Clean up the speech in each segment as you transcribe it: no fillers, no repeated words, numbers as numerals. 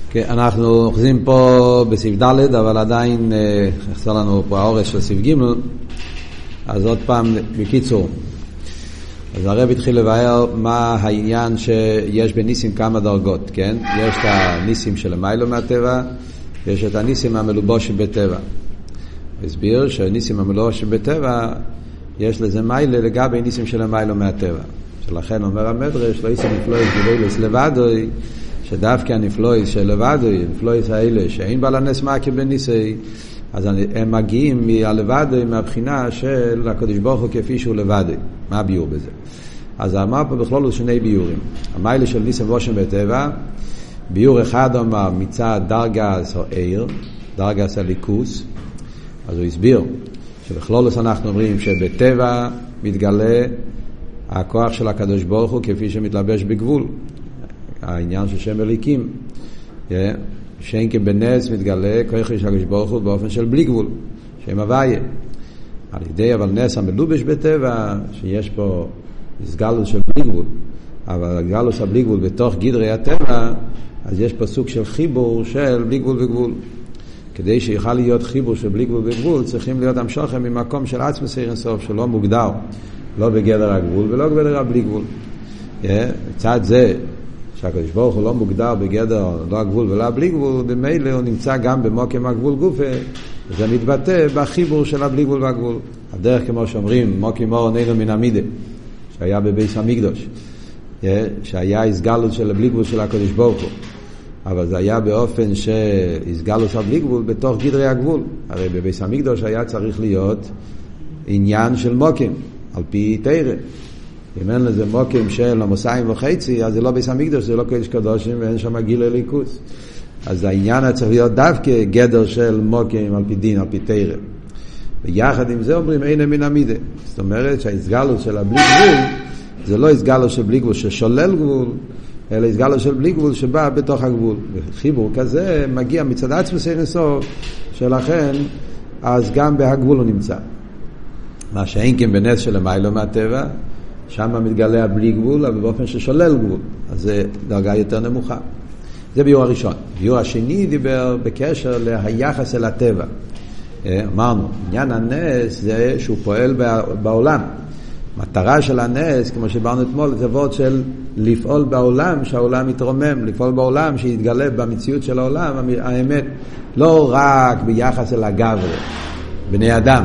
אנחנו אוחזים פה בסעיף ד' אבל עדיין יחסר לנו פה האורס של סעיף ג'. אז עוד פעם בקיצור, אז הרב התחיל לבאר מה העניין שיש בניסים כמה דרגות, כן? יש את הניסים של המיילו מהטבע, יש את הניסים המלובושים בטבע. הסביר שהניסים המלובושים בטבע יש לזה מיילה לגבי ניסים של המיילו מהטבע, שלכן אומר המדרש לא יסים נפלויס גבילוס לבדוי, שדווקא הנפלויס של לבדוי, נפלויס האלה שאין בעל הנס מקיף בניסי, אז הם מגיעים מהלבדוי מהבחינה של הקדוש ברוך הוא כפי שהוא לבדוי. מה הביור בזה? אז אמר פה בכלול הוא שני ביורים. המיילה של ניסים וושם בטבע, ביור אחד אומר מצד דרגס או עיר, דרגס הליכוס. אז הוא הסביר שבכלול אנחנו אומרים שבטבע מתגלה הכוח של הקדוש ברוך הוא כפי שמתלבש בגבול, העניין של שם אליקים, שאין כבנס מתגלה כוח של הקדוש ברוך הוא באופן של בלי גבול, שם הוויה. על ידי אבל נס המלובש בטבע, שיש פה הסגלות של בלי גבול, אבל הסגלות של בלי גבול בתוך גדרי הטבע, אז יש פה סוג של חיבור של בלי גבול וגבול. כדי שיוכל להיות חיבור של בלי גבול וגבול, צריכים להיות המשוכם ממקום של עצמוס אין סוף, שלא מוגדר, לא בגדר הגבול ולא בגדר הבלי גבול. מצד זה, שהקדוש ברוך הוא לא מוגדר בגדר לא הגבול ולא הבלי גבול, במילא הוא נמצא גם במוקם הגבול גופה, וזה מתבטא בחיבור של הבלי גבול והגבול. הדרך כמו שאומרים, מוקם אור נהנו מן המידה, שהיה בבית המקדוש, שהיה הסגלות של הבלי גבול של הקדוש ברוך הוא, אבל זה היה באופן שהסגלות של הבלי גבול בתוך גדרי הגבול. הרי בבית המקדוש היה צריך להיות עניין של מוקם, על פי תורה. אם אין לזה מוקם של המוסיים וחצי, אז זה לא בית המקדוש, זה לא קודש קדושים ואין שם גיל אליקוס. אז העניין צריך להיות דווקא גדר של מוקם על פי דין, על פי תורה. ויחד עם זה אומרים אין מן המידה. זאת אומרת שההסגלות של הבלי גבול זה לא הסגלות של בלי גבול ששולל גבול, אלא הסגלות של בלי גבול שבא בתוך הגבול. וחיבור כזה מגיע מצד עצמוס אין סוף, שלכן אז גם בהגבול הוא נמצא. מה שאין כן בנס של המיילו מהטבע, שם מתגלה הבלי גבול, אבל באופן ששולל גבול. אז זה דרגה יותר נמוכה. זה ביור הראשון. ביור השני דיבר בקשר ליחס אל הטבע. אמרנו, עניין הנס זה שהוא פועל בעולם. מטרה של הנס, כמו שברנו אתמול, זה עבוד של לפעול בעולם, שהעולם יתרומם, לפעול בעולם, שיתגלה במציאות של העולם, האמת, לא רק ביחס אל הגבר, בני אדם.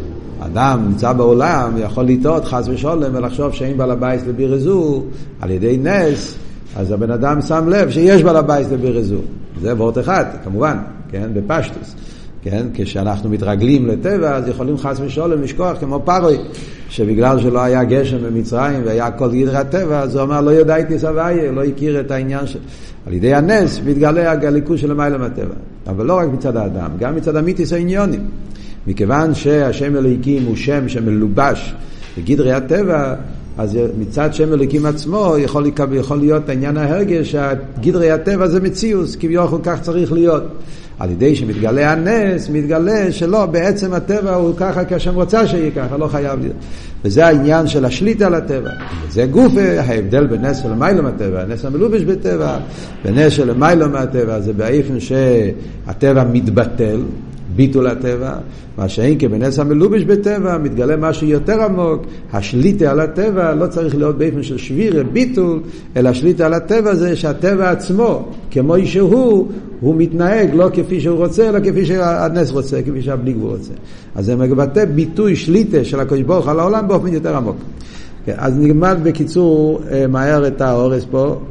אדם נמצא בעולם, יכול לטעות חס ושולם ולחשוב שאין בעל הבית לבירזו על ידי נס, אז הבן אדם שם לב שיש בעל הבית לבירזו. זה וורט אחד, כמובן, כן, בפשטוס. כן, כשאנחנו מתרגלים לטבע, אז יכולים חס ושולם לשכוח כמו פרוי, שבגלל שלא היה גשם במצרים והיה כל גדרי הטבע, אז הוא אמר לא ידעתי סבייה, לא הכיר את העניין של... על ידי הנס מתגלה הגליקוס של המילה מהטבע. אבל לא רק מצד האדם, גם מצד המיתיס העניונים. מכיוון שהשם אלוהיקים הוא שם שמלובש בגדרי הטבע, אז מצד שם אלוהיקים עצמו יכול להיות העניין ההרגש שהגדרי הטבע זה מציאוס, כביכול כך צריך להיות. על ידי שמתגלה הנס, מתגלה שלא, בעצם הטבע הוא ככה כשם רוצה שיהיה ככה, לא חייב להיות. וזה העניין של השליטה על הטבע. זה גוף, ההבדל בין נס של מיילו מהטבע, נס המלובש בטבע, ונס של מיילו מהטבע, זה באופן שהטבע מתבטל, ביטול הטבע, מה שאין כבנס המלובש בטבע, מתגלה משהו יותר עמוק, השליטה על הטבע לא צריך להיות באופן של שביר, ביטול, אלא השליטה על הטבע זה שהטבע עצמו, כמו שהוא, הוא מתנהג לא כפי שהוא רוצה, אלא כפי שהנס רוצה, כפי שהבלי גבול רוצה. אז זה מבטא ביטוי שליטה של הקדוש ברוך הוא על העולם באופן יותר עמוק. אז נלמד בקיצור מהר את האורס פה,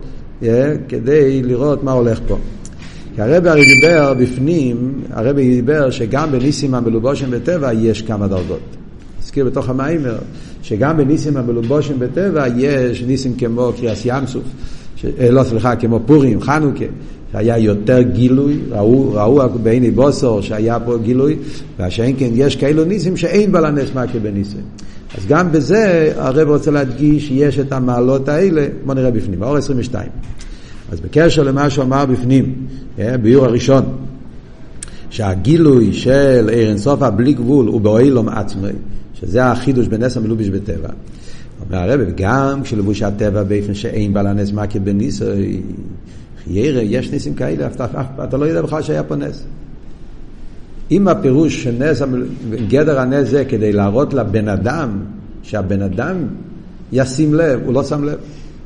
כדי לראות מה הולך פה. כי הרבי הרי דיבר בפנים, הרבי דיבר שגם בניסים המלובושים בטבע יש כמה דרגות. הזכיר בתוך המאמר, שגם בניסים המלובושים בטבע יש ניסים כמו קריאס ים סוף, כמו פורים, חנוכה, שהיה יותר גילוי, ראו בעיני בוסור שהיה פה גילוי, והשאין כן יש כאלו ניסים שאין בעל הנס מקיף בניסים. אז גם בזה הרב רוצה להדגיש שיש את המעלות האלה, בוא נראה בפנים, באור 22. אז בקשר למה שאמר בפנים, ביור הראשון, שהגילוי של עיר אין סוף בלי גבול הוא באוילום עצמי, שזה החידוש בנס המלובש בטבע. אומר הרב, גם כשלבוש הטבע באופן שאין בעל הנס מקיף בניסים, ירא, יש ניסים כאלה, אתה לא יודע בכלל שהיה פה נס. אם הפירוש שנס, גדר הנס זה כדי להראות לבן אדם, שהבן אדם ישים לב, הוא לא שם לב.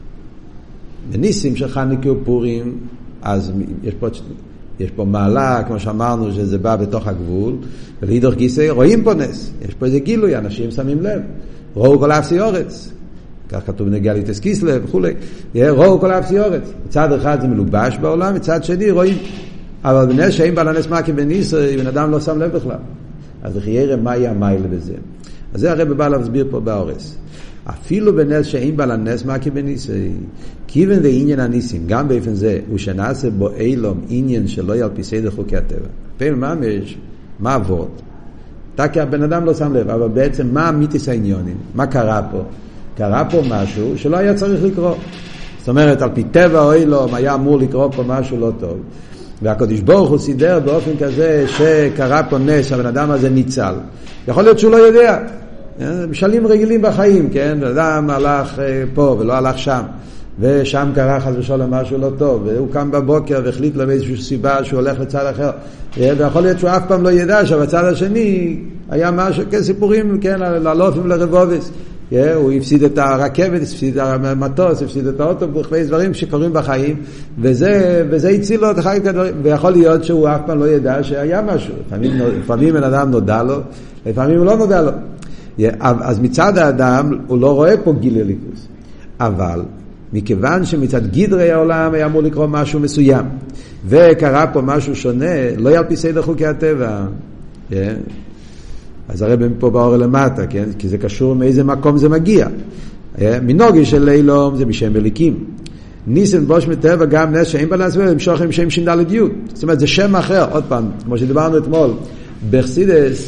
בניסים של חנוכה ופורים, אז יש פה מעלה, כמו שאמרנו, שזה בא בתוך הגבול, ולהידור גיסא רואים פה נס. יש פה איזה גילוי, אנשים שמים לב. ראו כל אפסי אורץ. כך כתוב בנגיעה ליטס קיסלב וכו'. ראו כל אפסי אורץ. מצד אחד זה מלובש בעולם, מצד שני רואים. אבל בנס שאין בעל הנס מכה בניסי, בן אדם לא שם לב בכלל. אז לכי יראה מה יהיה המייל בזה. אז זה הרב בא להסביר פה באורס. אפילו בנס שאין בעל הנס מכה בניסי, כיוון ועניין הניסים, גם באופן זה, הוא שנעשה בו אילום עניין שלא יהיה על פי סדר חוקי הטבע. פעמים ממש, מה עבוד? כי הבן אדם לא שם לב, אבל בעצם מה אמיתיס העניונים? מה קרה פה? קרה פה משהו שלא היה צריך לקרוא. זאת אומרת, על פי טבע או אילום היה אמור לקרוא פה משהו לא טוב. והקדוש ברוך הוא סידר באופן כזה שקרה פה נס, שהבן אדם הזה ניצל. יכול להיות שהוא לא יודע. משלים רגילים בחיים, כן? אדם הלך פה ולא הלך שם. ושם קרה חס ושלום משהו לא טוב, והוא קם בבוקר והחליט לו באיזושהי סיבה שהוא הולך לצד אחר, ויכול להיות שהוא אף פעם לא ידע שבצד השני היה משהו, כסיפורים, כן, ללופים לרבובס, הוא הפסיד את הרכבת, הפסיד את המטוס, הפסיד את האוטובוס, דברים שקורים בחיים, וזה הציל לו את החיים כדברים, ויכול להיות שהוא אף פעם לא ידע שהיה משהו, לפעמים בן אדם נודע לו, לפעמים הוא לא נודע לו, אז מצד האדם הוא לא רואה פה גיל ליכוס, אבל מכיוון שמצד גדרי העולם היה אמור לקרוא משהו מסוים, וקרה פה משהו שונה, לא יהיה על פי סדר חוקי הטבע, כן? אז הרי פה באור למטה, כן? כי זה קשור מאיזה מקום זה מגיע. מנוגי של אילום זה בשם בליקים. ניסן בוש מטבע גם נס שאין בנס ולמשוך עם שם שינדלת יוד. זאת אומרת, זה שם אחר, עוד פעם, כמו שדיברנו אתמול, בחסידס,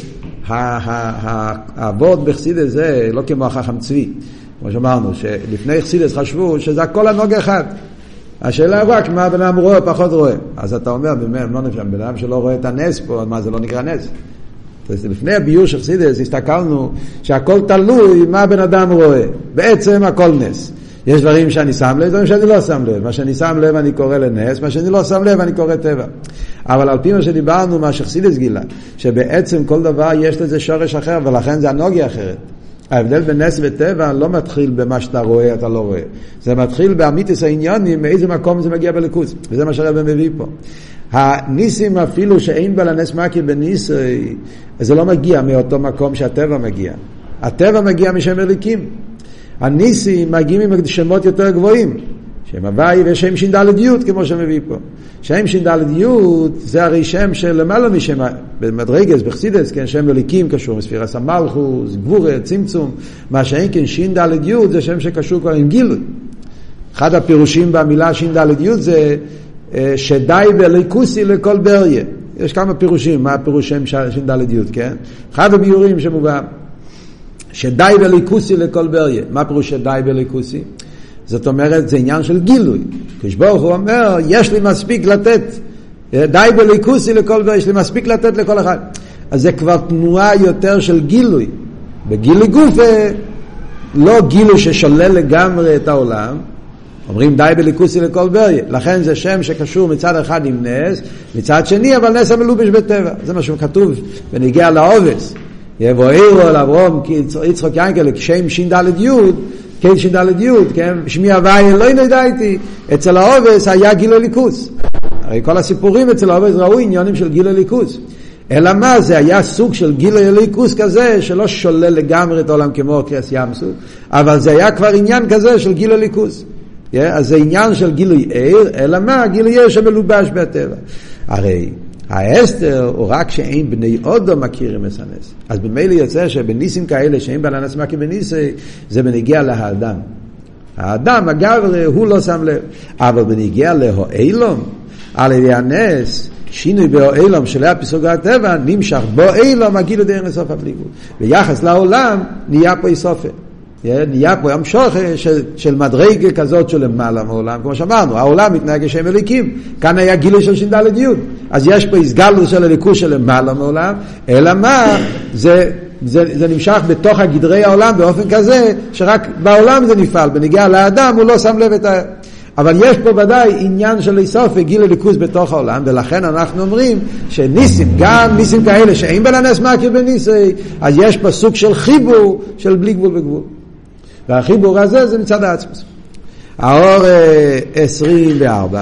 העבוד בחסידס זה לא כמו החכם צבי. כמו שאמרנו, שלפני חסידס חשבו שזה הכל הנוג אחד. השאלה רק מה בן אדם רואה פחות רואה. אז אתה אומר, בן אדם שלא רואה את הנס פה, מה זה לא נקרא נס? לפני הביור של חסידס הסתכלנו שהכל תלוי מה בן אדם רואה. בעצם הכל נס. יש דברים שאני שם לב, דברים שאני לא שם לב. מה שאני שם לב אני קורא לנס, מה שאני לא שם לב אני קורא טבע. אבל על פי מה שדיברנו, מה שחסידס גילה, שבעצם כל דבר יש לזה שורש אחר, ולכן זה הנוגיה אחרת. ההבדל בין נס וטבע לא מתחיל במה שאתה רואה, אתה לא רואה. זה מתחיל באמיתיס העניונים, מאיזה מקום זה מגיע בליכוז. וזה מה שהרב מביא פה. הניסים אפילו שאין בעל הנס מכה בניסי, זה לא מגיע מאותו מקום שהטבע מגיע. הטבע מגיע משם אליקים. הניסים מגיעים עם שמות יותר גבוהים. שם הוואי ושם שינדלת יוד, כמו שמביא פה. שם שינדלת יוד זה הרי שם של למעלה משם, במדרגס, בחסידס, כן, שם אליקים קשור מספירס המלכוס, גבורה, צמצום. מה שאין כן שינדלת יוד זה שם שקשור כבר עם גילוי. אחד הפירושים במילה שינדלת יוד זה שדי בליכוסי לכל בריה. יש כמה פירושים, מה הפירוש שם שינדלת יוד, כן? אחד הביורים שמובא, שדי בליכוסי לכל בריה. מה הפירוש שדי בליכוסי? זאת אומרת, זה עניין של גילוי. כשברוך הוא אומר, יש לי מספיק לתת, די בליכוסי לכל בריה, יש לי מספיק לתת לכל אחד. אז זה כבר תנועה יותר של גילוי. בגילוי גוף, לא גילוי ששולל לגמרי את העולם, אומרים די בליכוסי לכל בריה. לכן זה שם שקשור מצד אחד עם נס, מצד שני אבל נס המלובש בטבע. זה מה שכתוב ונגיע לעובס. יבואירו על אברום יצחק ינקל שם שינדלת יוד, כן שינדלת יוד, כן, שמי הוואי לא נדעתי. אצל העובס היה גילוי ליכוס. הרי כל הסיפורים אצל העובס ראו עניונים של גילוי ליכוס. אלא מה, זה היה סוג של גילוי ליכוס כזה שלא שולל לגמרי את העולם כמו קריאס ים סוג, אבל זה היה כבר עניין כזה של גילוי ליכוס. אז זה עניין של גילוי עיר, אלא מה? גילוי עיר שמלובש בטבע. הרי האסתר הוא רק שאין בני אודו מכירים את הנס. אז במילא יוצא שבניסים כאלה שאין בעל הנס מכיר בניסי, זה בנגיע להאדם. האדם, הגבר, הוא לא שם לב. אבל בנגיע להאילום, על ידי הנס, שינוי באילום של הפסוק הטבע, נמשך באילום הגילוי דרך לסוף הפליגות. ביחס לעולם, נהיה פה איסופן. נהיה פה המשוך של מדרגה כזאת של למעלה מעולם, כמו שאמרנו, העולם מתנהג כשם אליקים, כאן היה גילוי של שינדלת יוד, אז יש פה הסגלות של הליכוז של למעלה מעולם, אלא מה, זה נמשך בתוך הגדרי העולם באופן כזה, שרק בעולם זה נפעל, בנגיע לאדם הוא לא שם לב את אבל יש פה ודאי עניין של איסוף וגיל הליכוז בתוך העולם, ולכן אנחנו אומרים שניסים, גם ניסים כאלה שאין בלנס מכיר בניסי, אז יש פה סוג של חיבור של בלי גבול וגבול. והחיבור הזה זה מצד העצמוס. האור 24.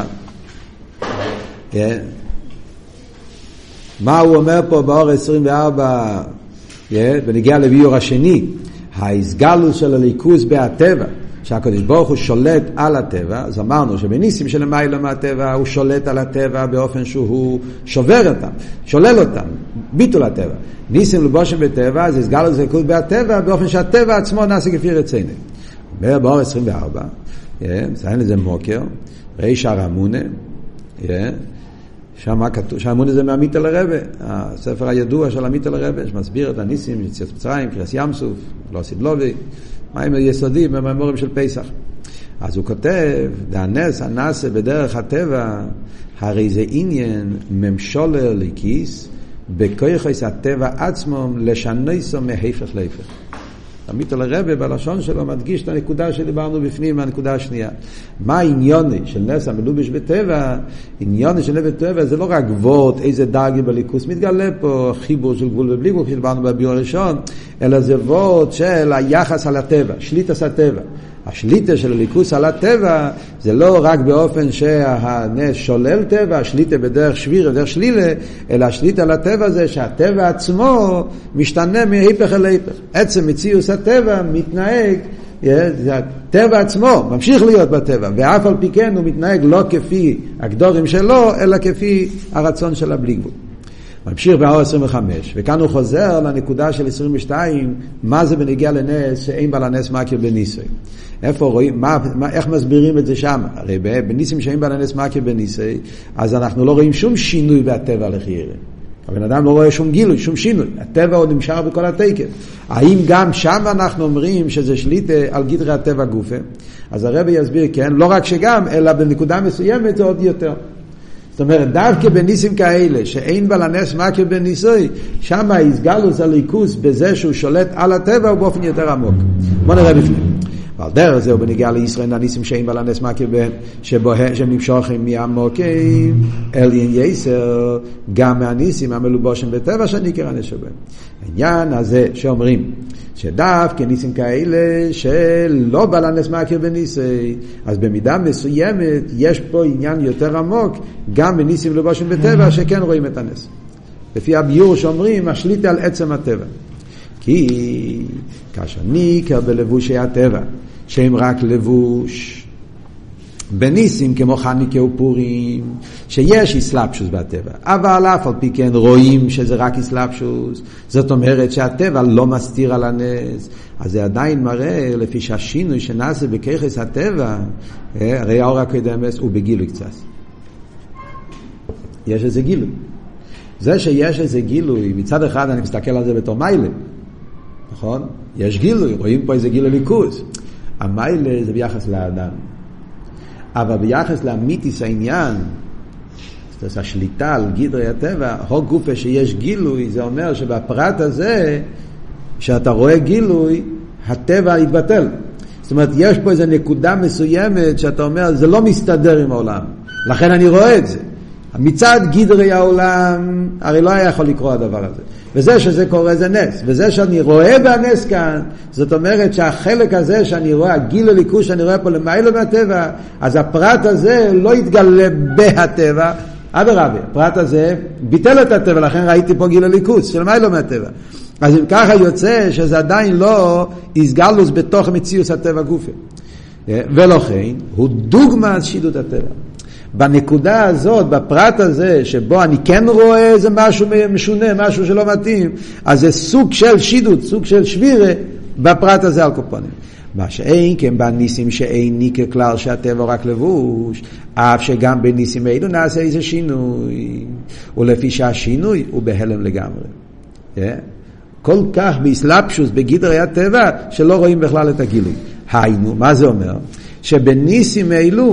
מה הוא אומר פה באור 24? בנגיע לביור השני, ההסגלות של הליכוז בהטבע, שהקדוש ברוך הוא שולט על הטבע. אז אמרנו שבניסים שלמעלה מהטבע הוא שולט על הטבע באופן שהוא שובר אותם, שולל אותם, ביטול הטבע. ניסים לבושם בטבע, אז הסגלות של הליכוז בהטבע באופן שהטבע עצמו נעשה כפי רצינו. אומר באור 24, אין לזה מוקר, ראי שער המונה, שם כתוב, שהמונה זה מעמית אל הרבה, הספר הידוע של עמית אל הרבה, שמסביר את הניסים, יציאת מצרים, קריס ים סוף, לא סידלובי, מים יסודי במאמרים של פסח. אז הוא כותב, הנס הנעשה בדרך הטבע, הרי זה עניין ממשולר לכיס, בכויחס הטבע עצמו לשנויסו מהפך להפך. עמית אל הרבה בלשון שלו מדגיש את הנקודה שדיברנו בפנים מהנקודה השנייה. מה העניוני של נס המלובש בטבע? עניוני של נס בטבע זה לא רק גבוהות, איזה דרגי בליכוס מתגלה פה, חיבור של גבול ובלי גבול, שדיברנו בביור הראשון, אלא זה גבוהות של היחס על הטבע, שליטס הטבע. השליטה של הליכוס על הטבע זה לא רק באופן שהנס שולל טבע, השליטה בדרך שביר, בדרך שלילה, אלא השליטה על הטבע זה שהטבע עצמו משתנה מהיפך אל היפך. עצם מציאוס הטבע מתנהג, הטבע עצמו ממשיך להיות בטבע, ואף על פי כן הוא מתנהג לא כפי הגדורים שלו, אלא כפי הרצון של הבלי גבול. ממשיך באור 25, וכאן הוא חוזר לנקודה של 22, מה זה בנגיע לנס שאין בעל הנס מכיר בניסוי. איפה רואים, איך מסבירים את זה שם? הרי בניסים שאין בעל הנס מכיר בניסוי, אז אנחנו לא רואים שום שינוי בטבע לחיירה. הבן אדם לא רואה שום גילוי, שום שינוי. הטבע עוד נמשך בכל התקף. האם גם שם אנחנו אומרים שזה שליטה על גדרי הטבע גופה? אז הרבי יסביר, כן, לא רק שגם, אלא בנקודה מסוימת זה עוד יותר. זאת אומרת, דווקא בניסים כאלה, שאין בעל הנס מכיר בניסוי, שם ההסגלות הליכוס בזה שהוא שולט על הטבע הוא באופן יותר עמוק. בוא נראה בפנים. ועל דרך זה הוא בנגיע לישראל הניסים שאין בעל הנס מכיר בהם, שהם נמשכים מעמוקים אל יסר, גם מהניסים המלובושים בטבע שנקרא נשו בהם. העניין הזה שאומרים, שדווקא ניסים כאלה שלא בעל הנס מכיר בניסי, אז במידה מסוימת יש פה עניין יותר עמוק גם בניסים לבושים בטבע שכן רואים את הנס. לפי הביור שאומרים, השליטה על עצם הטבע. כי כאשר ניקר בלבושי הטבע, שהם רק לבוש, בניסים כמו חנוכה ופורים, שיש אסלאפשוס בטבע, אבל אף על פי כן רואים שזה רק אסלאפשוס, זאת אומרת שהטבע לא מסתיר על הנס, אז זה עדיין מראה לפי שהשינוי שנעשה בכיחס הטבע, הרי האור הקדמס הוא בגילוי קצת. יש איזה גילוי. זה שיש איזה גילוי, מצד אחד אני מסתכל על זה בתור מיילה, נכון? יש גילוי, רואים פה איזה גילוי ליכוז. המיילה זה ביחס לאדם. אבל ביחס לאמיתיס העניין, זאת אומרת, השליטה על גדרי הטבע, הוק גופה שיש גילוי, זה אומר שבפרט הזה, שאתה רואה גילוי, הטבע יתבטל. זאת אומרת, יש פה איזו נקודה מסוימת שאתה אומר, זה לא מסתדר עם העולם. לכן אני רואה את זה. מצד גדרי העולם, הרי לא היה יכול לקרוא הדבר הזה. וזה שזה קורה זה נס. וזה שאני רואה בנס כאן, זאת אומרת שהחלק הזה שאני רואה, הגיל הליכוש שאני רואה פה למעלה מהטבע, אז הפרט הזה לא יתגלה בהטבע, אדרבה, הפרט הזה ביטל את הטבע, לכן ראיתי פה גיל הליכוש של מעלה מהטבע. אז אם ככה יוצא שזה עדיין לא יסגלוס בתוך מציאות הטבע גופה. ולכן הוא דוגמה שידות הטבע. בנקודה הזאת, בפרט הזה, שבו אני כן רואה איזה משהו משונה, משהו שלא מתאים, אז זה סוג של שידות, סוג של שבירה, בפרט הזה על קופונים. מה שאין, כן בניסים שאיני ככלל שהטבע רק לבוש, אף שגם בניסים האלו נעשה איזה שינוי, ולפי שהשינוי הוא בהלם לגמרי. כל כך באסלאפשוס, בגדרי הטבע, שלא רואים בכלל את הגילוי. היינו, מה זה אומר? שבניסים האלו,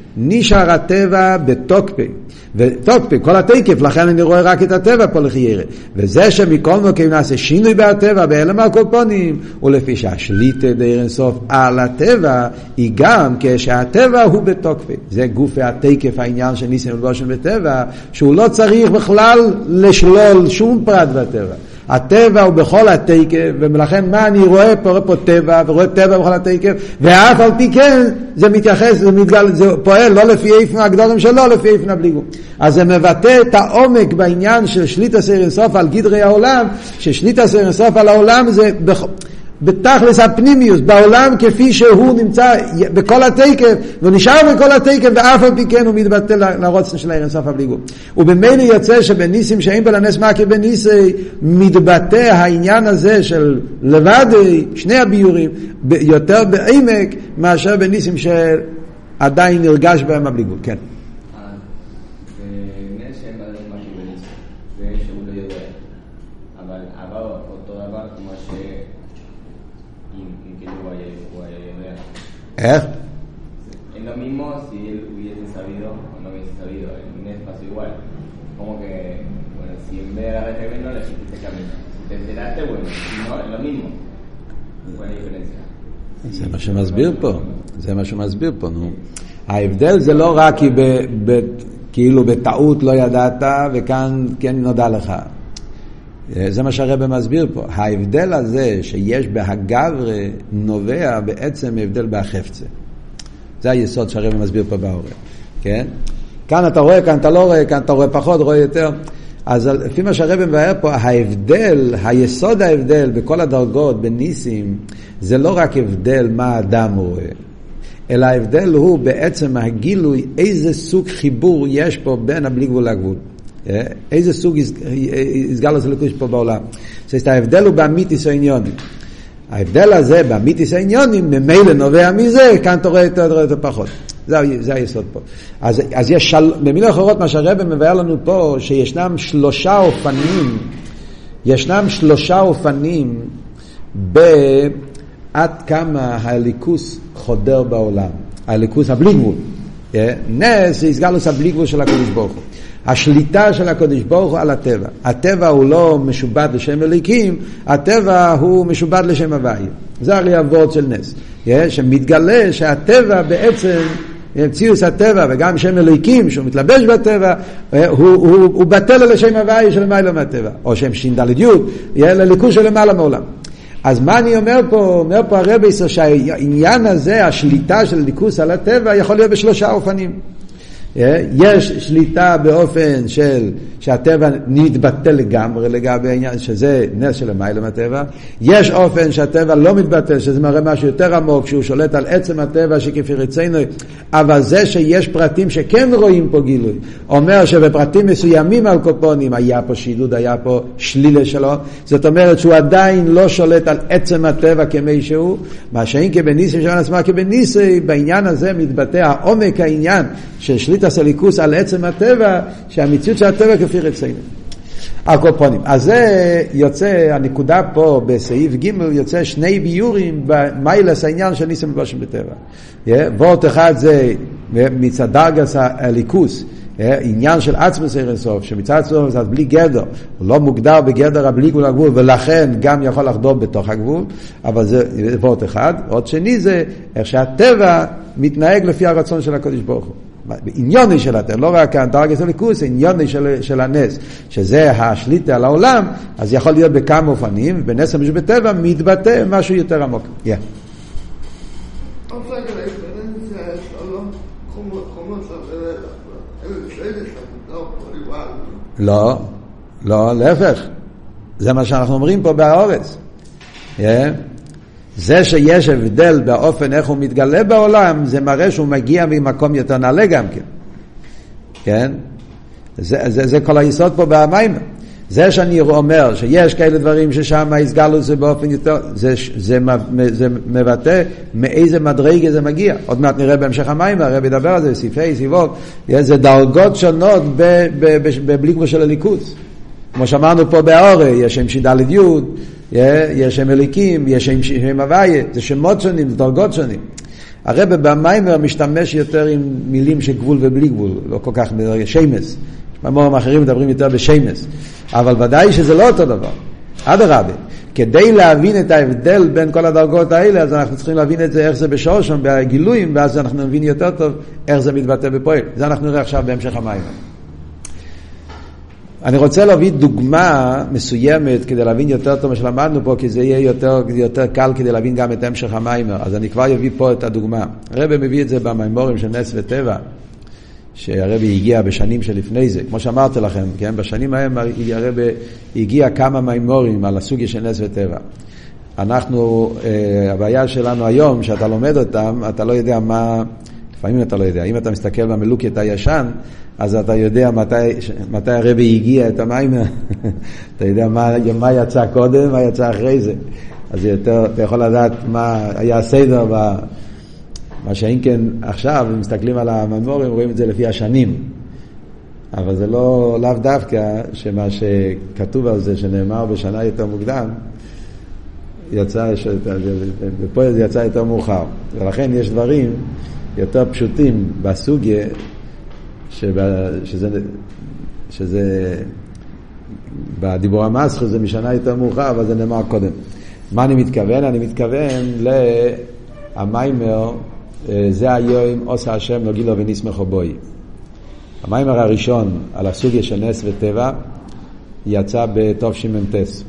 נשאר הטבע בתוקפי. ותוקפי, כל התקף, לכן אני רואה רק את הטבע פה לחיירה. וזה שמכל מוקים נעשה שינוי בהטבע, באלם הקופונים, ולפי שהשליטה דאר אינסוף על הטבע, היא גם כשהטבע הוא בתוקפי. זה גופי התקף, העניין של ניסים ולבושם בטבע, שהוא לא צריך בכלל לשלול שום פרט בטבע. הטבע הוא בכל התקף, ולכן מה אני רואה פה טבע, ורואה טבע בכל התקף, ואף על פי כן זה מתייחס, זה פועל לא לפי איפן הגדולים שלו, לפי איפן הבליגו. אז זה מבטא את העומק בעניין של שליטה סעיר אינסוף על גדרי העולם, ששליטה סעיר אינסוף על העולם זה בתכלס הפנימיוס, בעולם כפי שהוא נמצא בכל התקף, והוא נשאר בכל התקף, ואף על פי כן הוא מתבטא לרוצן של האינסוף הבליגו. ובמילא יוצא שבניסים שאין בלנס מקי בניסי, מתבטא העניין הזה של לבדי, שני הביורים, יותר בעמק, מאשר בניסים שעדיין נרגש בהם הבליגו. כן. Es lo mismo si él hubiese sabido o no hubiese sabido, en un espacio igual. Como que, bueno, si en vez de agarrar el camino, le hiciste camino. Si te enteraste, bueno, si no, es lo mismo. ¿Cuál es la diferencia? זה מה שמסביר פה. זה מה שמסביר פה, נו. ההבדל זה לא רק כאילו בטעות לא ידעת וכאן כן נודע לך. זה מה שהרבא מסביר פה. ההבדל הזה שיש בהגבר נובע בעצם הבדל בהחפצה. זה היסוד שהרבא מסביר פה בעורר. כן? כאן אתה רואה, כאן אתה לא רואה, כאן אתה רואה פחות, רואה יותר. אז לפי מה שהרבא מבאר פה, ההבדל, היסוד ההבדל בכל הדרגות, בניסים, זה לא רק הבדל מה האדם רואה, אלא ההבדל הוא בעצם הגילוי איזה סוג חיבור יש פה בין הבלי גבול לגבול. איזה סוג הסגל הזה לקוש פה בעולם. זאת ההבדל הוא באמיתיס העניונים. ההבדל הזה באמיתיס העניונים ממילא נובע מזה, כאן אתה רואה יותר פחות. זה היסוד פה. אז יש במילים אחרות מה שהרבא מבאר לנו פה, שישנם שלושה אופנים עד כמה הליכוס חודר בעולם. הליכוס הבלי גבול. נס זה הסגלוס הבלי גבול של הקדוש ברוך הוא. השליטה של הקדוש ברוך הוא על הטבע. הטבע הוא לא משובד לשם אליקים, הטבע הוא משובד לשם הוויה. זה הרי הוורד של נס. שמתגלה שהטבע בעצם, ציוס הטבע וגם שם אליקים שהוא מתלבש בטבע, הוא בטל לשם הוויה של מעלה מהטבע. או שם ש"ד י' יהיה לליכוס של למעלה מעולם. אז מה אני אומר פה? אומר פה הרב ישראל שהעניין הזה, השליטה של ליכוס על הטבע, יכול להיות בשלושה אופנים. יש שליטה באופן של שהטבע נתבטל לגבי העניין, שזה נס של המיילה מהטבע. יש אופן שהטבע לא מתבטל, שזה מראה משהו יותר עמוק, שהוא שולט על עצם הטבע שכפי רצינו, אבל זה שיש פרטים שכן רואים פה גילוי, אומר שבפרטים מסוימים על קופונים היה פה שידוד, היה פה שלילה שלו, זאת אומרת שהוא עדיין לא שולט על עצם הטבע כמי שהוא, מה שאין כבניסי שאין עצמה כבניסי, בעניין הזה מתבטא העומק העניין של שליטה סליקוס על עצם הטבע, שהמציאות של הטבע כפי רצינו. הקופונים. אז זה יוצא, הנקודה פה בסעיף ג' יוצא שני ביורים במיילס העניין של ניסים ולבושם בטבע. וורט אחד זה מצד דרגס הליכוס, עניין של עצמוס אינסוף, שמצד עצמוס אז בלי גדר, הוא לא מוגדר בגדר הבלי גבול הגבול, ולכן גם יכול לחדור בתוך הגבול, אבל זה וורט אחד. עוד שני זה איך שהטבע מתנהג לפי הרצון של הקדוש ברוך הוא. בעניוני של הטבע, לא רק הדרגס הליכוס, עניוני של הנס, שזה השליטה על העולם, אז יכול להיות בכמה אופנים, בנס המשהו בטבע מתבטא משהו יותר עמוק. לא, להפך. זה מה שאנחנו אומרים פה באורץ. זה שיש הבדל באופן איך הוא מתגלה בעולם, זה מראה שהוא מגיע ממקום יותר נעלה גם כן. כן? זה כל היסוד פה במים. זה שאני אומר שיש כאלה דברים ששם הסגלו זה באופן יותר, זה מבטא מאיזה מדרגה זה מגיע. עוד מעט נראה בהמשך המים, הרב ידבר על זה, סיפי, סיבות. זה דרגות שונות בבלי גבול של הליכוס. כמו שאמרנו פה באורי, יש שם ש"ד י', יש שם אליקים, יש שם הוויה, זה שמות שונים, זה דרגות שונים. הרב במיימר משתמש יותר עם מילים של גבול ובלי גבול, לא כל כך שמס. במאמרים אחרים מדברים יותר בשמס. אבל ודאי שזה לא אותו דבר. אדרבה, כדי להבין את ההבדל בין כל הדרגות האלה, אז אנחנו צריכים להבין את זה, איך זה בשורשם, בגילויים, ואז אנחנו נבין יותר טוב איך זה מתבטא בפועל. זה אנחנו נראה עכשיו בהמשך המים. אני רוצה להביא דוגמה מסוימת כדי להבין יותר טוב מה שלמדנו פה, כי זה יהיה יותר קל כדי להבין גם את המשך המים. אז אני כבר אביא פה את הדוגמה. הרב מביא את זה במיימורים של נס וטבע, שהרב הגיע בשנים שלפני זה. כמו שאמרתי לכם, כן? בשנים ההם הרב הגיע כמה מיימורים על הסוגיה של נס וטבע. אנחנו, הבעיה שלנו היום, שאתה לומד אותם, אתה לא יודע מה, לפעמים אתה לא יודע. אם אתה מסתכל במלוקת הישן, אז אתה יודע מתי הרב הגיע את המיימר. אתה יודע מה יצא קודם, מה יצא אחרי זה. אז יותר, אתה יכול לדעת מה היה הסדר מה שאם כן עכשיו, אם מסתכלים על המיימורים, רואים את זה לפי השנים. אבל זה לאו דווקא שמה שכתוב על זה, שנאמר בשנה יותר מוקדם, ופה זה יצא יותר מאוחר. ולכן יש דברים יותר פשוטים בסוגיה, שזה בדיבור המסחר זה משנה יותר מאוחר, אבל זה נאמר קודם. מה אני מתכוון? אני מתכוון למיימר, זה היום עושה השם לא גילו ונשמחו בוי. המיימר הראשון על הסוגיה של נס וטבע יצא בתוף שממתס.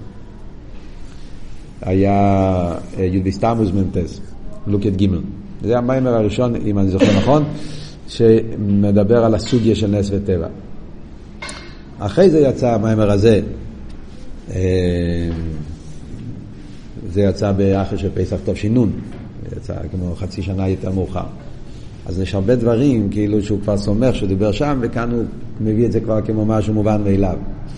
היה יודביסטמוס ממתס, לוקת גימל. זה המיימר הראשון, אם אני זוכר נכון, שמדבר על הסוגיה של נס וטבע. אחרי זה יצא המיימר הזה, זה יצא באחר של פסח טוב שינון, יצא כמו חצי שנה יותר מאוחר. אז יש הרבה דברים כאילו שהוא כבר סומך שהוא דיבר שם, וכאן הוא מביא את זה כבר כמו משהו מובן מאליו.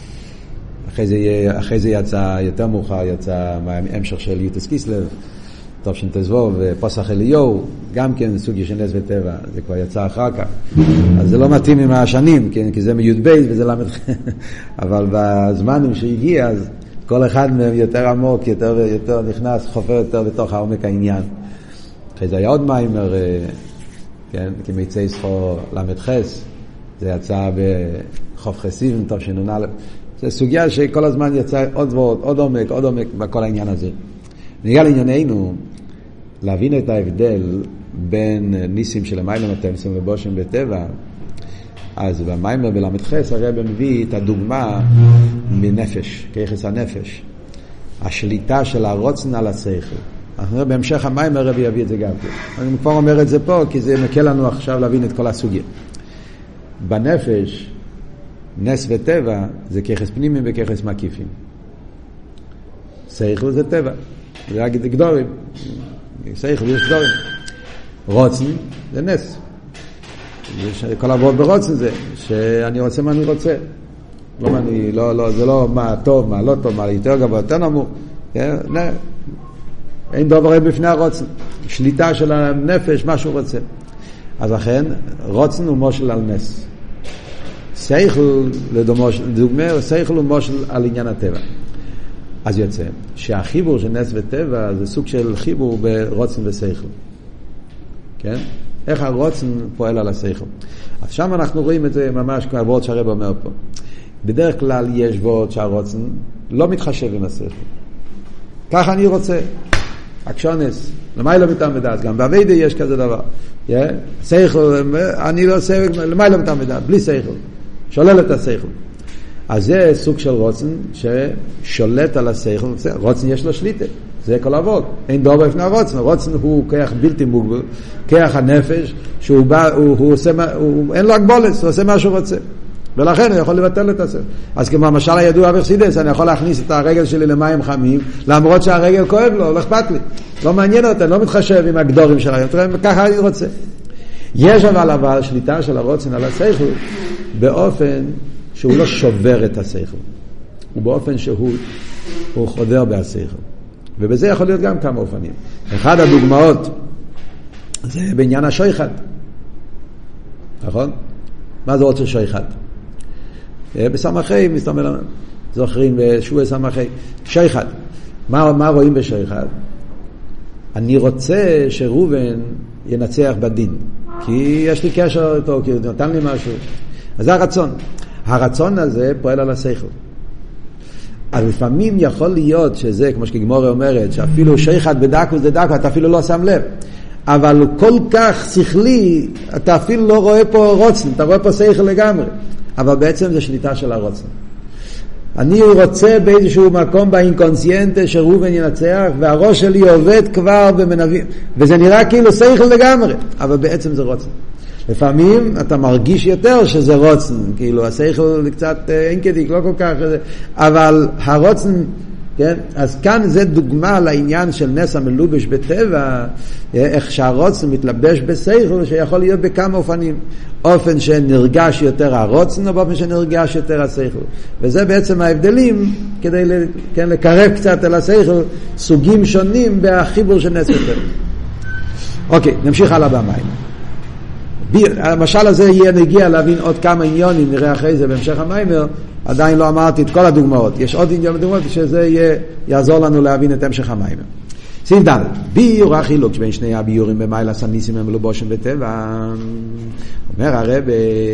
אחרי זה יצא יותר מאוחר, יצא המשך של יוטס קיסלב, טוב שנתזבוב ופוסח אליהו, גם כן סוגיה של נס וטבע, זה כבר יצא אחר כך. אז זה לא מתאים עם השנים, כי זה מיוד בייס וזה למד. אבל בזמנים שהגיע, אז כל אחד מהם יותר עמוק, יותר נכנס, חופר יותר בתוך העומק העניין. אחרי זה היה עוד מיימר, כן, כמיצי סחו למד חס, זה יצא בחוף חסיב, טוב שנונה. זה סוגיה שכל הזמן יצא עוד ועוד, עוד עומק בכל העניין הזה. נגיע לענייננו, להבין את ההבדל בין ניסים של המיימר נותנסם ובושם בטבע. אז במיימר בלמד חס הרב מביא את הדוגמה מנפש, כיחס הנפש. השליטה של הרוצן על השכל. אנחנו נראה בהמשך המיימר הרב יביא את זה גם. אני כבר אומר את זה פה, כי זה מקל לנו עכשיו להבין את כל הסוגיה. בנפש, נס וטבע זה כיחס פנימיים וכיחס מקיפים. שכל זה טבע. זה רק גדורים. שכל יש גדורים. רוצן זה נס. כל עבוד ברוצן זה שאני רוצה מה אני רוצה. זה לא מה טוב, מה לא טוב, מה יותר גבוה, יותר נמוך. אין דבר בפני הרוצן. שליטה של הנפש, מה שהוא רוצה. אז לכן, רוצן הוא מושל על נס. שכל, לדוגמה, שכל הוא מושל על עניין הטבע. אז יוצא שהחיבור של נס וטבע זה סוג של חיבור ברוצן ושכל. כן? איך הרוצן פועל על השכל. אז שם אנחנו רואים את זה ממש כמו הוורד שהרב אומר פה. בדרך כלל יש וורד שהרוצן לא מתחשב עם השכל. ככה אני רוצה. אקשונס. למה לא מתאם בדעת? גם בעבודה יש כזה דבר. שכל, אני לא עושה, למה לא מתאם בדעת? בלי שכל. שולל את השכל. אז זה סוג של רוצן ששולט על השכל. רוצן יש לו שליטה. זה כל עבוד. אין דבר בפני הרוצן. הרוצן הוא כיח בלתי מוגבל, כיח הנפש, שהוא בא, הוא עושה, אין לו הגבולת, הוא עושה מה שהוא רוצה. ולכן הוא יכול לבטל את השכל. אז כמו המשל הידוע בחסידות, אני יכול להכניס את הרגל שלי למים חמים, למרות שהרגל כואב לו, לא אכפת לי. לא מעניין אותי, לא מתחשב עם הגדורים של הרגל. ככה אני רוצה. יש אבל שליטה של הרוצן על השכל, באופן שהוא לא שובר את השכל. ובאופן שהוא חודר בהשכל. ובזה יכול להיות גם כמה אופנים. אחד הדוגמאות זה בעניין השויחד. נכון? מה זה רוצה שויחד? בסמכי, זוכרים בשוע סמכי. שויחד. מה רואים בשויחד? אני רוצה שרובן ינצח בדין. כי יש לי קשר איתו, כי הוא נתן לי משהו. אז זה הרצון. הרצון הזה פועל על השכל. אז לפעמים יכול להיות שזה, כמו שגמורה אומרת, שאפילו שייכת בדקוס דדקו, אתה אפילו לא שם לב. אבל הוא כל כך שכלי, אתה אפילו לא רואה פה רוצן, אתה רואה פה שכל לגמרי. אבל בעצם זה שליטה של הרוצן. אני רוצה באיזשהו מקום באינקונסיינטה שראובן ינצח, והראש שלי עובד כבר במנבים, וזה נראה כאילו שכל לגמרי, אבל בעצם זה רוצן. לפעמים אתה מרגיש יותר שזה רוצן, כאילו השכל קצת אין כדיק, לא כל כך, אבל הרוצן, כן? אז כאן זה דוגמה לעניין של נס המלובש בטבע, איך שהרוצן מתלבש בשכל, שיכול להיות בכמה אופנים. אופן שנרגש יותר הרוצן, או באופן שנרגש יותר השכל. וזה בעצם ההבדלים, כדי לקרב קצת אל השכל, סוגים שונים בחיבור של נס יותר. אוקיי, נמשיך הלאה במים. המשל הזה יהיה נגיע להבין עוד כמה עניונים, נראה אחרי זה בהמשך המיימר. עדיין לא אמרתי את כל הדוגמאות, יש עוד עניין בדוגמאות שזה יעזור לנו להבין את המשך המיימר. סעיף ד' ביור החילוק שבין שני הביורים במיילס הניסים הם מלובושים בטבע. אומר הרב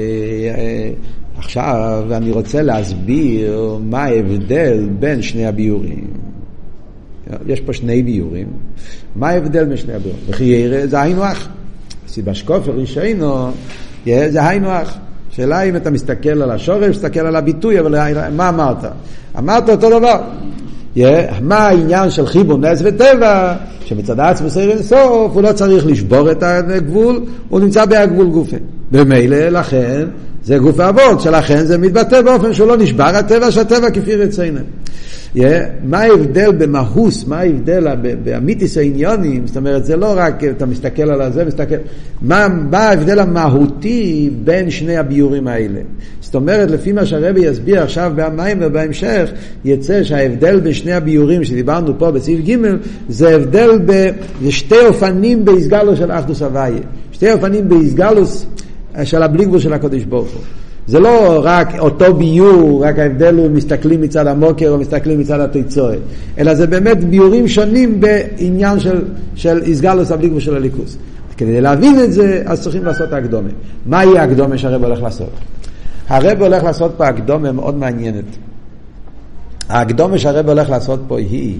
עכשיו אני רוצה להסביר מה ההבדל בין שני הביורים. יש פה שני ביורים, מה ההבדל בין שני הביורים? וכי יראה זה היינו אח, סיבה שקופר ראשינו זה היינו אח. שאלה אם אתה מסתכל על השורש, מסתכל על הביטוי, אבל מה אמרת? אמרת אותו דבר. מה העניין של חיבור נס וטבע, שמצד עצמו סיר אינסוף, הוא לא צריך לשבור את הגבול, הוא נמצא בהגבול גופה. במילא, לכן, זה גוף העבוד, שלכן זה מתבטא באופן שהוא לא נשבר הטבע, שהטבע כפי רצינו. מה ההבדל במהוס, מה ההבדל באמיתיס העניונים, זאת אומרת, זה לא רק אתה מסתכל על זה, מה ההבדל המהותי בין שני הביורים האלה? זאת אומרת, לפי מה שהרבי יסביר עכשיו במים ובהמשך, יצא שההבדל בין שני הביורים שדיברנו פה בסעיף ג' זה הבדל בשתי אופנים בהסגלוס של אחדוס הוויה, שתי אופנים בהסגלוס של הבלי גבול של הקדוש ברוך הוא. זה לא רק אותו ביור, רק ההבדל הוא מסתכלים מצד המוקר או מסתכלים מצד התיצורת, אלא זה באמת ביורים שונים בעניין של הסגלוס הבלי גבול של הליכוס. כדי להבין את זה, אז צריכים לעשות ההקדומה. מה יהיה ההקדומה שהרב הולך לעשות? הרב הולך לעשות פה הקדומה מאוד מעניינת. ההקדומה שהרב הולך לעשות פה היא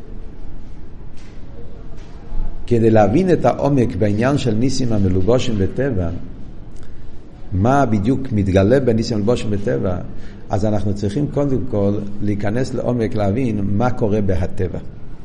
כדי להבין את העומק בעניין של ניסים המלובושים בטבע, מה בדיוק מתגלה בניסים המלובושים בטבע, אז אנחנו צריכים קודם כל להיכנס לעומק, להבין מה קורה בהטבע.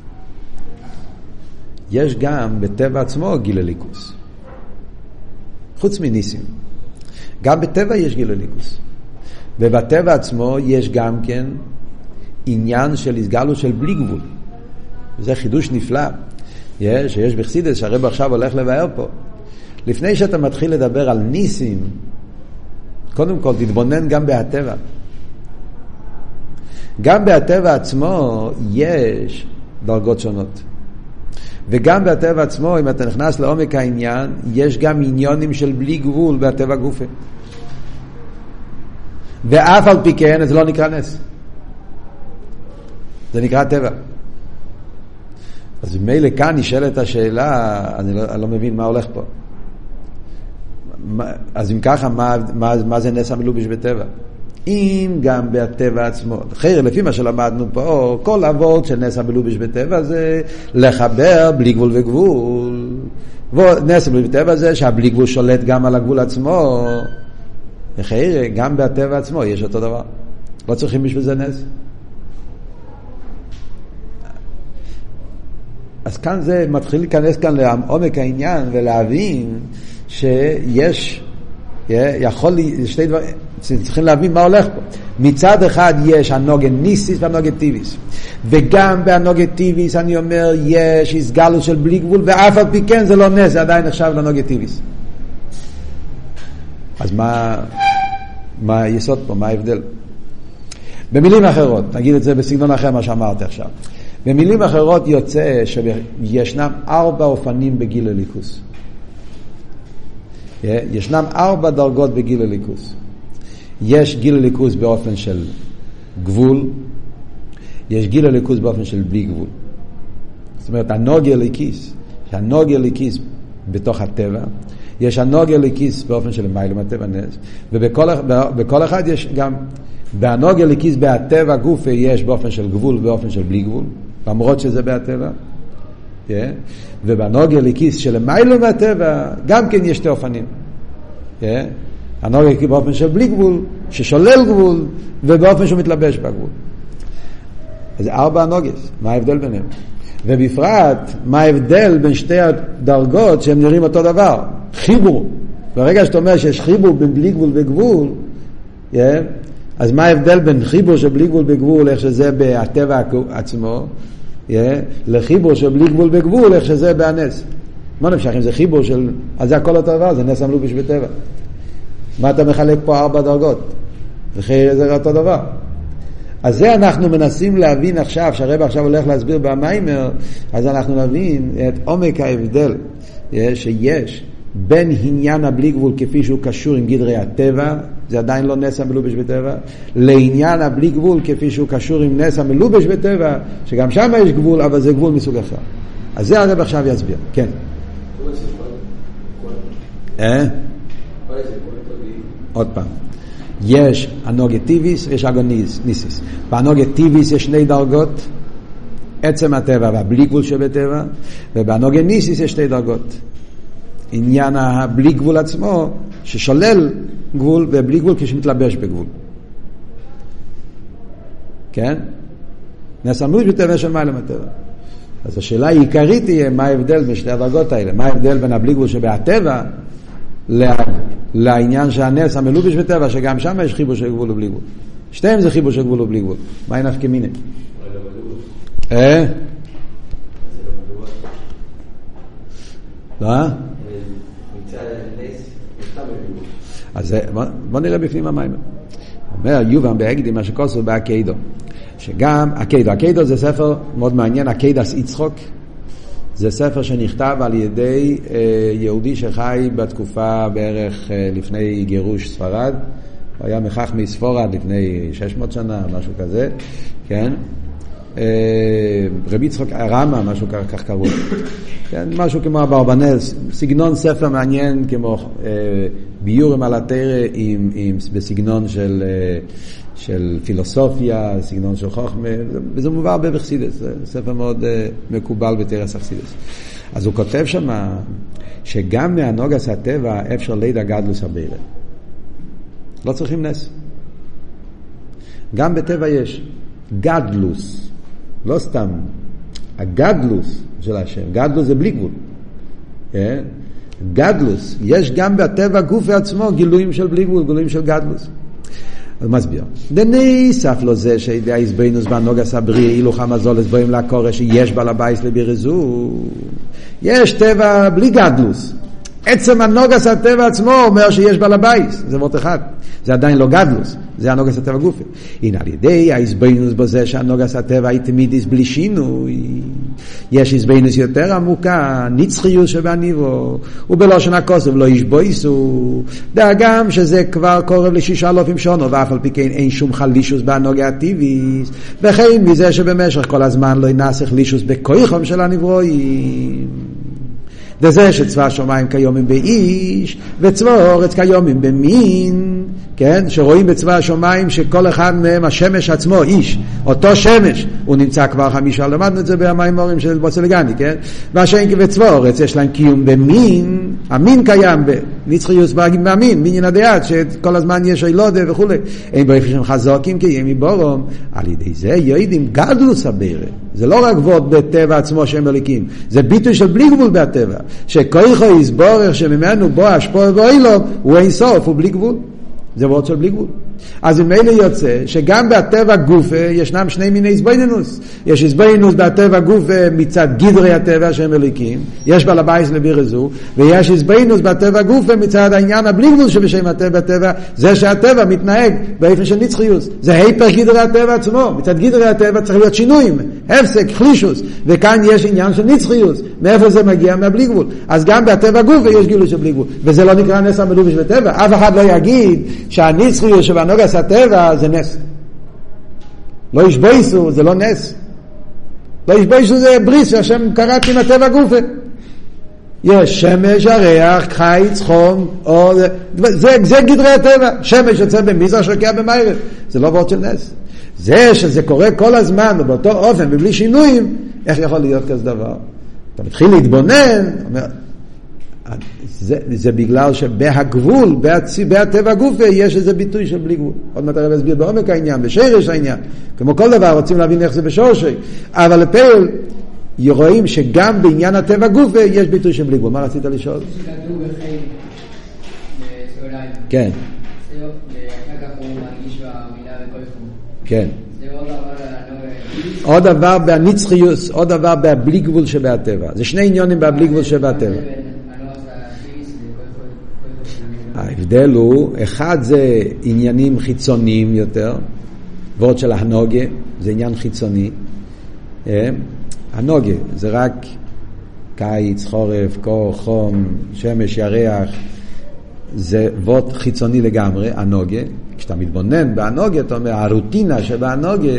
יש גם בטבע עצמו גיל הליכוס, חוץ מניסים. גם בטבע יש גיל הליכוס, ובטבע עצמו יש גם כן עניין של הסגלות של בלי גבול. וזה חידוש נפלא שיש בחסידות שהרב עכשיו הולך לבאר פה. לפני שאתה מתחיל לדבר על ניסים, קודם כל תתבונן גם בהטבע. גם בהטבע עצמו יש דרגות שונות, וגם בהטבע עצמו, אם אתה נכנס לעומק העניין, יש גם עניונים של בלי גבול בהטבע גופה, ואף על פי כן זה לא נקרא נס, זה נקרא טבע. אז במילא כאן נשאלת השאלה, אני לא מבין מה הולך פה. אז אם ככה, מה זה נס המלובש בטבע? אם גם בטבע עצמו, אחר לפי מה שלמדנו פה, כל עבוד של נס המלובש בטבע זה לחבר בלי גבול וגבול. ונס המלובש בטבע זה שהבלי גבול שולט גם על הגבול עצמו. אחר גם בטבע עצמו יש אותו דבר, לא צריכים בשביל זה נס. אז כאן זה מתחיל להיכנס כאן לעומק העניין ולהבין שיש, יכול לי, שתי דברים, צריכים להבין מה הולך פה. מצד אחד יש הנוגן ניסיס והנוגן טיביס, וגם בהנוגן טיביס אני אומר יש הסגלות של בלי גבול, ואף על פי כן זה לא נס, זה עדיין נחשב לנוגן טיביס. אז מה היסוד פה, מה ההבדל? במילים אחרות, נגיד את זה בסגנון אחר מה שאמרתי עכשיו. במילים אחרות יוצא שישנם 4 אופנים בגיל הליכוס. ישנם 4 דרגות בגיל הליכוס. יש גיל הליכוס באופן של גבול, יש גיל הליכוס באופן של בלי גבול. זאת אומרת, הנוגיה ליקיס, שהנוגיה ליקיס בתוך הטבע, יש הנוגע לכיס באופן של מיילא מהטבע נס, ובכל אחד יש גם, בהנוגע לכיס בהטבע גופה יש באופן של גבול ובאופן של בלי גבול, למרות שזה בהטבע, ובנוגע לכיס של מיילא מהטבע גם כן יש שתי אופנים, הנוגע לכיס באופן של בלי גבול, ששולל גבול, ובאופן שהוא מתלבש בגבול. אז 4 הנוגס, מה ההבדל ביניהם? ובפרט, מה ההבדל בין שתי הדרגות שהם נראים אותו דבר? חיבור. ברגע שאתה אומר שיש חיבור בין בלי גבול וגבול, אז מה ההבדל בין חיבור של בלי גבול בגבול, איך שזה בהטבע עצמו, לחיבור של בלי גבול בגבול, איך שזה בהנס? מה נמשך אם זה חיבור של... אז זה הכל אותו דבר, זה נס המלובש בטבע. מה אתה מחלק פה 4 דרגות? זה אותו דבר. אז זה אנחנו מנסים להבין עכשיו, שהרב עכשיו הולך להסביר במיימר, אז אנחנו נבין את עומק ההבדל שיש בין עניין הבלי גבול כפי שהוא קשור עם גדרי הטבע, זה עדיין לא נס המלובש בטבע, לעניין הבלי גבול כפי שהוא קשור עם נס המלובש בטבע, שגם שם יש גבול, אבל זה גבול מסוג אחר. אז זה הרב עכשיו יסביר. כן. עוד פעם. יש הנוגטיביס ויש אגוניסיס. בהנוגטיביס יש 2 דרגות, עצם הטבע והבלי גבול שבטבע, ובהנוגניסיס יש 2 דרגות. עניין הבלי גבול עצמו ששולל גבול, ובלי גבול כשמתלבש בגבול. כן? נס המלובש בטבע של מיילא מהטבע. אז השאלה העיקרית תהיה מה ההבדל בין 2 הדרגות האלה, מה ההבדל בין הבלי גבול שבהטבע לעניין שהנס המלובש בטבע, שגם שם יש חיבור של גבול ובלי גבול. שתיהם זה חיבור של גבול ובלי גבול. מה אין נפקא מינה? לא? אז בוא נראה בפנים המים. אומר יובן בהקדים מה שכוסו בהקיידו, שגם הקיידו זה ספר מאוד מעניין, הקיידס יצחוק, זה ספר שנכתב על ידי יהודי שחי בתקופה בערך לפני גירוש ספרד, הוא היה מחך מספורד לפני 600 שנה, משהו כזה, כן? רבי יצחק הרמה, משהו כך קראו, כן? משהו כמו אברבנאל, סגנון ספר מעניין כמו ביורים על התורה בסגנון של פילוסופיה, סגנון של חוכמה, וזה מובא בחסידות, זה ספר מאוד מקובל בתרס החסידות. אז הוא כותב שם שגם מהנוגס הטבע אפשר לידע גדלוס הבירה. לא צריכים נס. גם בטבע יש גדלוס, לא סתם. הגדלוס של השם, גדלוס זה בלי גבול. גדלוס, יש גם בטבע גוף עצמו גילויים של בלי גבול, גילויים של גדלוס. אז מסביר. דניסף לו זה שידע איזבנוס בנוגס הבריא, אילו חמזולס בואים לקורא שיש בעל הבייס לבירזו. יש טבע בלי גדלוס. עצם הנוגס הטבע עצמו אומר שיש בעל הבייס. זה מות אחד. זה עדיין לא גדלוס. זה הנוגס הטבע גופי. הנה על ידי האיזבנוס בזה שהנוגס הטבע היא תמיד בלי שינוי. יש איזבנוס יותר עמוקה, נצחיות שבניבו, ובלושן הכוסף לא ישבויסו, דאגם שזה כבר קורב ל6,000 שונו, ואף על פי כן אין שום חלישוס בהנוגע הטבעיס, וכן מזה שבמשך כל הזמן לא ינסח לישוס בכויכם של הנברואים. וזה שצבא השמיים כיומים באיש, וצבא אורץ כיומים במין, כן? שרואים בצבא השמיים שכל אחד מהם השמש עצמו איש, אותו שמש, הוא נמצא כבר 5, למדנו את זה במיימורים של בוסלגני, כן? והשאין כבצבא אורץ יש להם קיום במין, המין קיים בנצחיוס במין, מין ינדעת, שכל הזמן יש אילודה וכו'. אין בו איפשהם חזוקים כי יהיה מבורום, על ידי זה יועידים גדלוס הבירה. זה לא רק ווד בטבע עצמו שהם מליקים, זה ביטוי של בלי גבול בטבע, שכויכו יסבורך שממנו בו השפוע ואילו, הוא אין סוף, הוא בלי גבול. זה ווד של בלי גבול. אז ממילא יוצא שגם בטבע גופה ישנם 2 מיני איזבנינוס. יש איזבנינוס בטבע גופה מצד גדרי הטבע שהם מליקים, יש בעל הבייס לבירזו, ויש איזבנינוס בטבע גופה מצד העניין הבלי גבול שבשם הטבע, זה שהטבע מתנהג באופן של נצחיות. זה היפר גדרי הטבע עצמו. מצד גדרי הטבע צריך להיות שינויים, הפסק, חלישוס, וכאן יש עניין של נצחיות. מאיפה זה מגיע? מהבלי גבול. אז גם בטבע גופה יש גילוי של בלי גבול, וזה לא נקרא נס המלובש בטבע. אף אחד לא יגיד שהנצחיות שבנוגס הטבע זה נס. לא ישבויסו, זה לא נס. לא ישבויסו זה בריס, שהשם קראת עם הטבע גופה. יש שמש, הריח, חיץ, חום, זה גדרי הטבע. שמש יוצא במזרח, שוקע במערב. זה לא וורט של נס. זה שזה קורה כל הזמן, באותו אופן, ובלי שינויים, איך יכול להיות כזה דבר? אתה מתחיל להתבונן, אומר, זה בגלל שבהגבול, בהטבע הגופה, יש איזה ביטוי של בלי גבול. עוד מעט הרב הסביר בעומק העניין, בשרש העניין. כמו כל דבר, רוצים להבין איך זה בשורשי. אבל לפעמים, רואים שגם בעניין הטבע גופה, יש ביטוי של בלי גבול. מה רצית לשאול? שכתוב בחיים, בסעוליים. כן. ואחר כך הוא מרגיש במילה בכל תחום. כן. זה עוד דבר עוד דבר בנצחיוס, עוד דבר בבלי גבול שבהטבע. זה שני עניונים בבלי גבול שבהטבע. ההבדל הוא, אחד זה עניינים חיצוניים יותר, ועוד של הנוגה, זה עניין חיצוני. הנוגה זה רק קיץ, חורף, קור, חום, שמש, ירח, זה ועוד חיצוני לגמרי, הנוגה. כשאתה מתבונן בהנוגה, אתה אומר, הרוטינה שבהנוגה,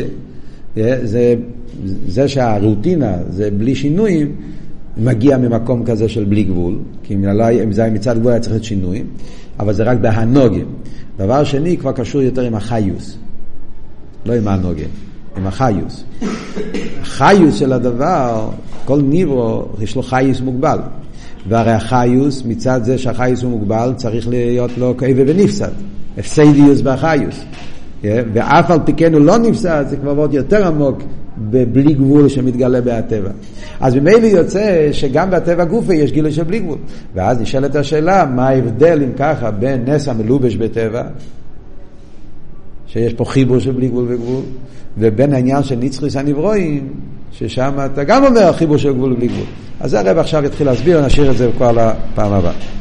זה שהרוטינה זה בלי שינויים, מגיע ממקום כזה של בלי גבול, כי אם זה מצד גבול היה צריך להיות שינויים, אבל זה רק בהנוגה. דבר שני כבר קשור יותר עם החיוס, לא עם הנוגה, עם החיוס. החיוס של הדבר, כל ניברו יש לו חיוס מוגבל, והרי החיוס, מצד זה שהחיוס הוא מוגבל, צריך להיות לו כאבה ונפסד, הפסדיוס בחיוס. ואף על פי כן הוא לא נפסד, זה כבר עוד יותר עמוק בבלי גבול שמתגלה בהטבע. אז ממילא יוצא שגם בהטבע גופה יש גילוי של בלי גבול. ואז נשאלת השאלה, מה ההבדל אם ככה בין נס המלובש בטבע, שיש פה חיבור של בלי גבול וגבול, ובין העניין של נצחוס הנברואים, ששם אתה גם אומר חיבור של גבול ובלי גבול. אז הרב עכשיו יתחיל להסביר, נשאיר את זה כבר לפעם הבאה.